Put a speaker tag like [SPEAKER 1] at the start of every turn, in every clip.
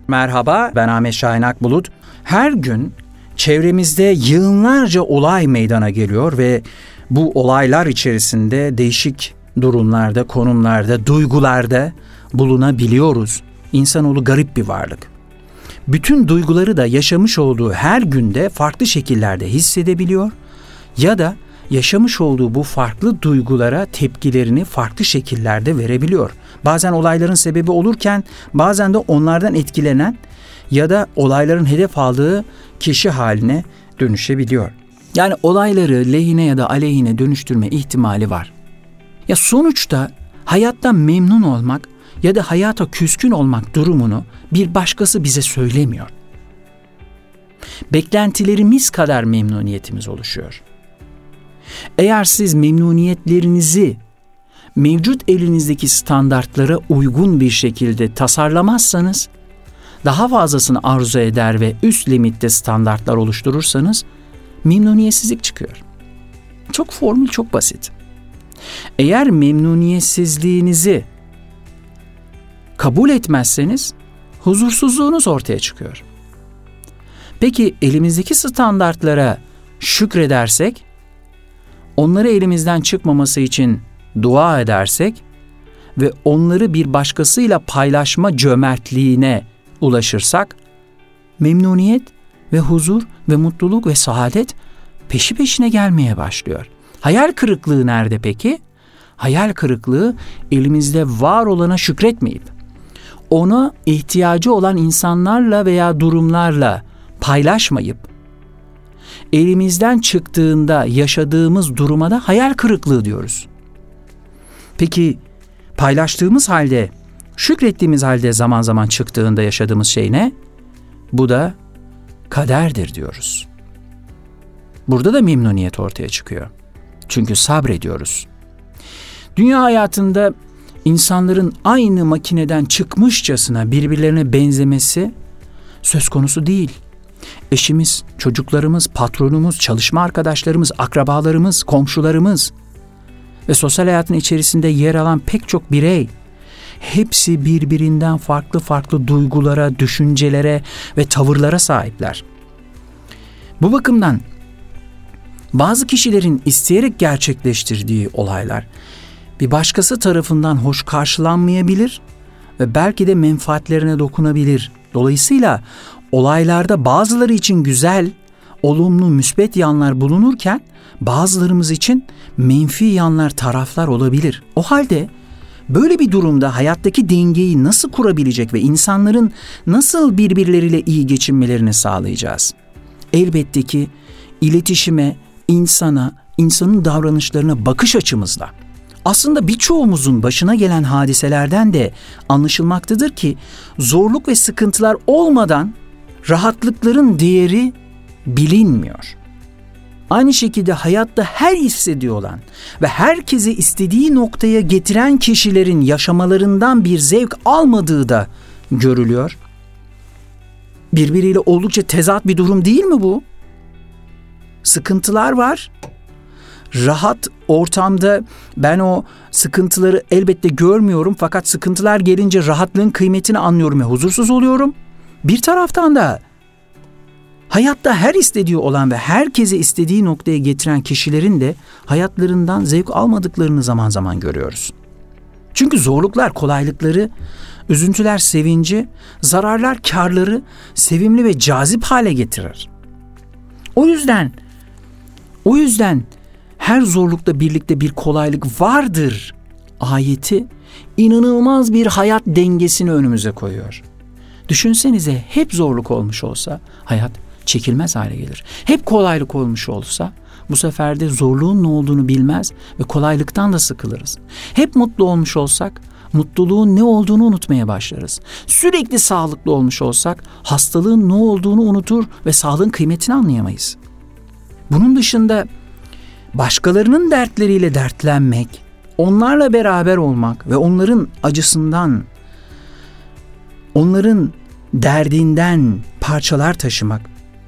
[SPEAKER 1] Merhaba, ben Ahmet Şahin Akbulut. Her gün çevremizde yığınlarca olay meydana geliyor ve bu olaylar içerisinde değişik durumlarda, konumlarda, duygularda bulunabiliyoruz. İnsanoğlu garip bir varlık. Bütün duyguları da yaşamış olduğu her günde farklı şekillerde hissedebiliyor ya da yaşamış olduğu bu farklı duygulara tepkilerini farklı şekillerde verebiliyor. Bazen olayların sebebi olurken bazen de onlardan etkilenen ya da olayların hedef aldığı kişi haline dönüşebiliyor. Yani olayları lehine ya da aleyhine dönüştürme ihtimali var. Ya sonuçta hayattan memnun olmak ya da hayata küskün olmak durumunu bir başkası bize söylemiyor. Beklentilerimiz kadar memnuniyetimiz oluşuyor. Eğer siz memnuniyetlerinizi mevcut elinizdeki standartlara uygun bir şekilde tasarlamazsanız, daha fazlasını arzu eder ve üst limitte standartlar oluşturursanız memnuniyetsizlik çıkıyor. Formül çok basit. Eğer memnuniyetsizliğinizi kabul etmezseniz huzursuzluğunuz ortaya çıkıyor. Peki elimizdeki standartlara şükredersek, onları elimizden çıkmaması için dua edersek ve onları bir başkasıyla paylaşma cömertliğine ulaşırsak, memnuniyet ve huzur ve mutluluk ve saadet peşi peşine gelmeye başlıyor. Hayal kırıklığı nerede peki? Hayal kırıklığı elimizde var olana şükretmeyip, ona ihtiyacı olan insanlarla veya durumlarla paylaşmayıp, elimizden çıktığında yaşadığımız duruma da hayal kırıklığı diyoruz. Peki paylaştığımız halde, şükrettiğimiz halde zaman zaman çıktığında yaşadığımız şey ne? Bu da kaderdir diyoruz. Burada da memnuniyet ortaya çıkıyor. Çünkü sabrediyoruz. Dünya hayatında insanların aynı makineden çıkmışçasına birbirlerine benzemesi söz konusu değil. Eşimiz, çocuklarımız, patronumuz, çalışma arkadaşlarımız, akrabalarımız, komşularımız ve sosyal hayatın içerisinde yer alan pek çok birey, hepsi birbirinden farklı duygulara, düşüncelere ve tavırlara sahipler. Bu bakımdan bazı kişilerin isteyerek gerçekleştirdiği olaylar bir başkası tarafından hoş karşılanmayabilir ve belki de menfaatlerine dokunabilir. Dolayısıyla olaylarda bazıları için güzel, olumlu, müsbet yanlar bulunurken bazılarımız için menfi yanlar, taraflar olabilir. O halde böyle bir durumda hayattaki dengeyi nasıl kurabilecek ve insanların nasıl birbirleriyle iyi geçinmelerini sağlayacağız? Elbette ki iletişime, insana, insanın davranışlarına bakış açımızla. Aslında birçoğumuzun başına gelen hadiselerden de anlaşılmaktadır ki zorluk ve sıkıntılar olmadan rahatlıkların değeri bilinmiyor. Aynı şekilde hayatta her hissediyor olan ve herkesi istediği noktaya getiren kişilerin yaşamalarından bir zevk almadığı da görülüyor. Birbiriyle oldukça tezat bir durum değil mi bu? Sıkıntılar var. Rahat ortamda ben o sıkıntıları elbette görmüyorum, fakat sıkıntılar gelince rahatlığın kıymetini anlıyorum ve huzursuz oluyorum. Bir taraftan da hayatta her istediği olan ve herkese istediği noktaya getiren kişilerin de hayatlarından zevk almadıklarını zaman zaman görüyoruz. Çünkü zorluklar kolaylıkları, üzüntüler sevinci, zararlar kârları sevimli ve cazip hale getirir. O yüzden her zorlukla birlikte bir kolaylık vardır ayeti inanılmaz bir hayat dengesini önümüze koyuyor. Düşünsenize, hep zorluk olmuş olsa hayat çekilmez hale gelir. Hep kolaylık olmuş olsa bu sefer de zorluğun ne olduğunu bilmez ve kolaylıktan da sıkılırız. Hep mutlu olmuş olsak mutluluğun ne olduğunu unutmaya başlarız. Sürekli sağlıklı olmuş olsak hastalığın ne olduğunu unutur ve sağlığın kıymetini anlayamayız. Bunun dışında başkalarının dertleriyle dertlenmek, onlarla beraber olmak ve onların acısından, onların derdinden parçalar taşımak,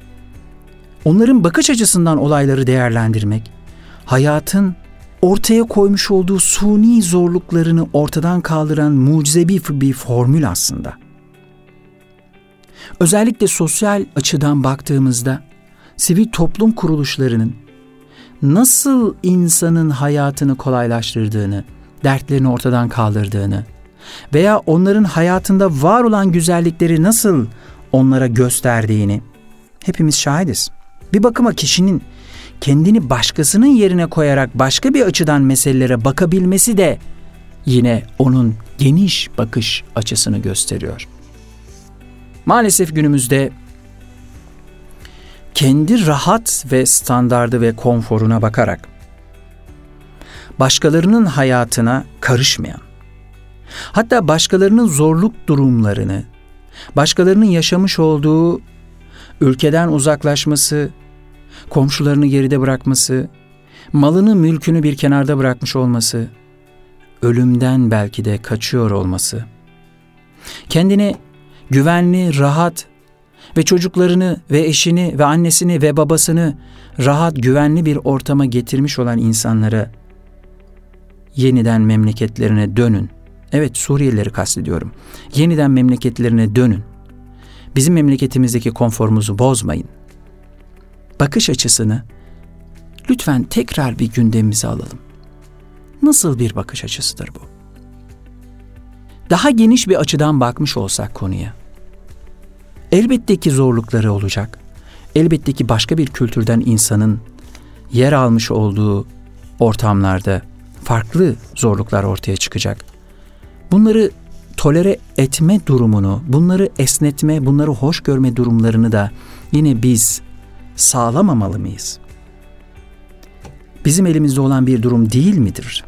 [SPEAKER 1] onların bakış açısından olayları değerlendirmek, hayatın ortaya koymuş olduğu suni zorluklarını ortadan kaldıran mucizevi bir formül aslında. Özellikle sosyal açıdan baktığımızda sivil toplum kuruluşlarının nasıl insanın hayatını kolaylaştırdığını, dertlerini ortadan kaldırdığını veya onların hayatında var olan güzellikleri nasıl onlara gösterdiğini hepimiz şahidiz. Bir bakıma kişinin kendini başkasının yerine koyarak başka bir açıdan meselelere bakabilmesi de yine onun geniş bakış açısını gösteriyor. Maalesef günümüzde kendi rahat ve standardı ve konforuna bakarak başkalarının hayatına karışmayan, hatta başkalarının zorluk durumlarını, başkalarının yaşamış olduğu ülkeden uzaklaşması, komşularını geride bırakması, malını mülkünü bir kenarda bırakmış olması, ölümden belki de kaçıyor olması, kendini güvenli, rahat ve çocuklarını ve eşini ve annesini ve babasını rahat, güvenli bir ortama getirmiş olan insanlara yeniden memleketlerine dönün. Evet, Suriyelileri kastediyorum. Yeniden memleketlerine dönün. Bizim memleketimizdeki konforumuzu bozmayın. Bakış açısını lütfen tekrar bir gündemimize alalım. Nasıl bir bakış açısıdır bu? Daha geniş bir açıdan bakmış olsak konuya, elbette ki zorlukları olacak. Elbette ki başka bir kültürden insanın yer almış olduğu ortamlarda farklı zorluklar ortaya çıkacak. Bunları tolere etme durumunu, bunları esnetme, bunları hoş görme durumlarını da yine biz sağlamamalı mıyız? Bizim elimizde olan bir durum değil midir?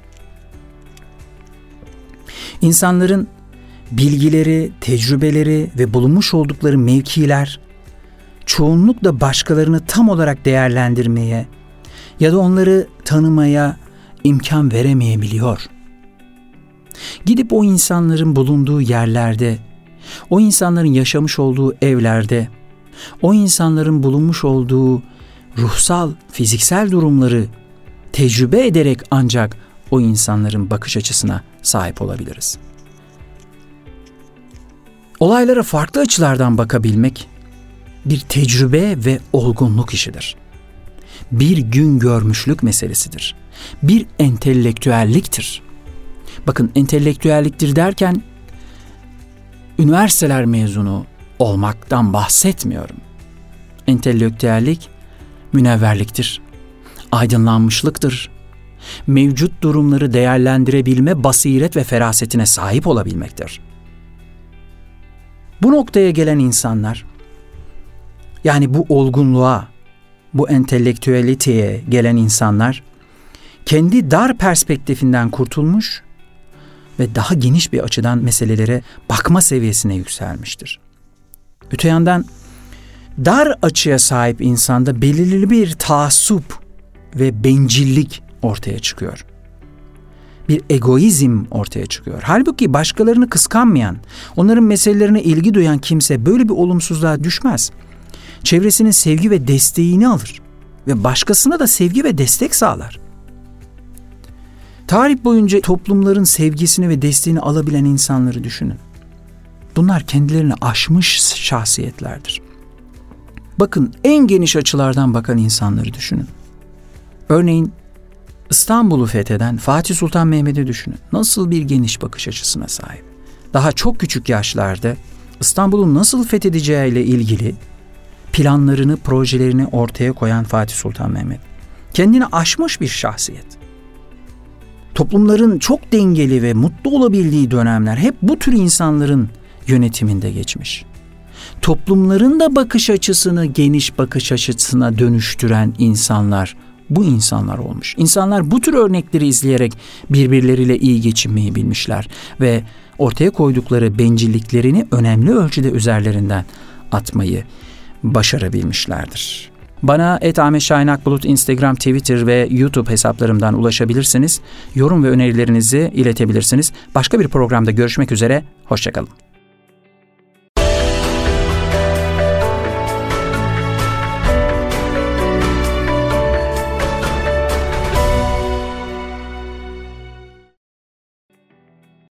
[SPEAKER 1] İnsanların bilgileri, tecrübeleri ve bulunmuş oldukları mevkiler çoğunlukla başkalarını tam olarak değerlendirmeye ya da onları tanımaya imkan veremeyebiliyor. Gidip o insanların bulunduğu yerlerde, o insanların yaşamış olduğu evlerde, o insanların bulunmuş olduğu ruhsal, fiziksel durumları tecrübe ederek ancak o insanların bakış açısına sahip olabiliriz. Olaylara farklı açılardan bakabilmek bir tecrübe ve olgunluk işidir. Bir gün görmüşlük meselesidir. Bir entelektüelliktir. Bakın, entelektüelliktir derken üniversiteler mezunu olmaktan bahsetmiyorum. Entelektüellik münevverliktir, aydınlanmışlıktır. Mevcut durumları değerlendirebilme basiret ve ferasetine sahip olabilmektir. Bu noktaya gelen insanlar, yani bu olgunluğa, bu entelektüeliteye gelen insanlar, kendi dar perspektifinden kurtulmuş ve daha geniş bir açıdan meselelere bakma seviyesine yükselmiştir. Öte yandan dar açıya sahip insanda belirli bir taassup ve bencillik ortaya çıkıyor. Bir egoizm ortaya çıkıyor. Halbuki başkalarını kıskanmayan, onların meselelerine ilgi duyan kimse böyle bir olumsuzluğa düşmez. Çevresinin sevgi ve desteğini alır ve başkasına da sevgi ve destek sağlar. Tarih boyunca toplumların sevgisini ve desteğini alabilen insanları düşünün. Bunlar kendilerini aşmış şahsiyetlerdir. Bakın, en geniş açılardan bakan insanları düşünün. Örneğin İstanbul'u fetheden Fatih Sultan Mehmet'i düşünün. Nasıl bir geniş bakış açısına sahip. Daha çok küçük yaşlarda İstanbul'u nasıl fethedeceğiyle ilgili planlarını, projelerini ortaya koyan Fatih Sultan Mehmet. Kendini aşmış bir şahsiyet. Toplumların çok dengeli ve mutlu olabildiği dönemler hep bu tür insanların yönetiminde geçmiş. Toplumların da bakış açısını geniş bakış açısına dönüştüren insanlar, bu insanlar olmuş. İnsanlar bu tür örnekleri izleyerek birbirleriyle iyi geçinmeyi bilmişler ve ortaya koydukları bencilliklerini önemli ölçüde üzerlerinden atmayı başarabilmişlerdir. Bana @Ahmet Şahin Akbulut Instagram, Twitter ve YouTube hesaplarımdan ulaşabilirsiniz. Yorum ve önerilerinizi iletebilirsiniz. Başka bir programda görüşmek üzere, hoşça kalın.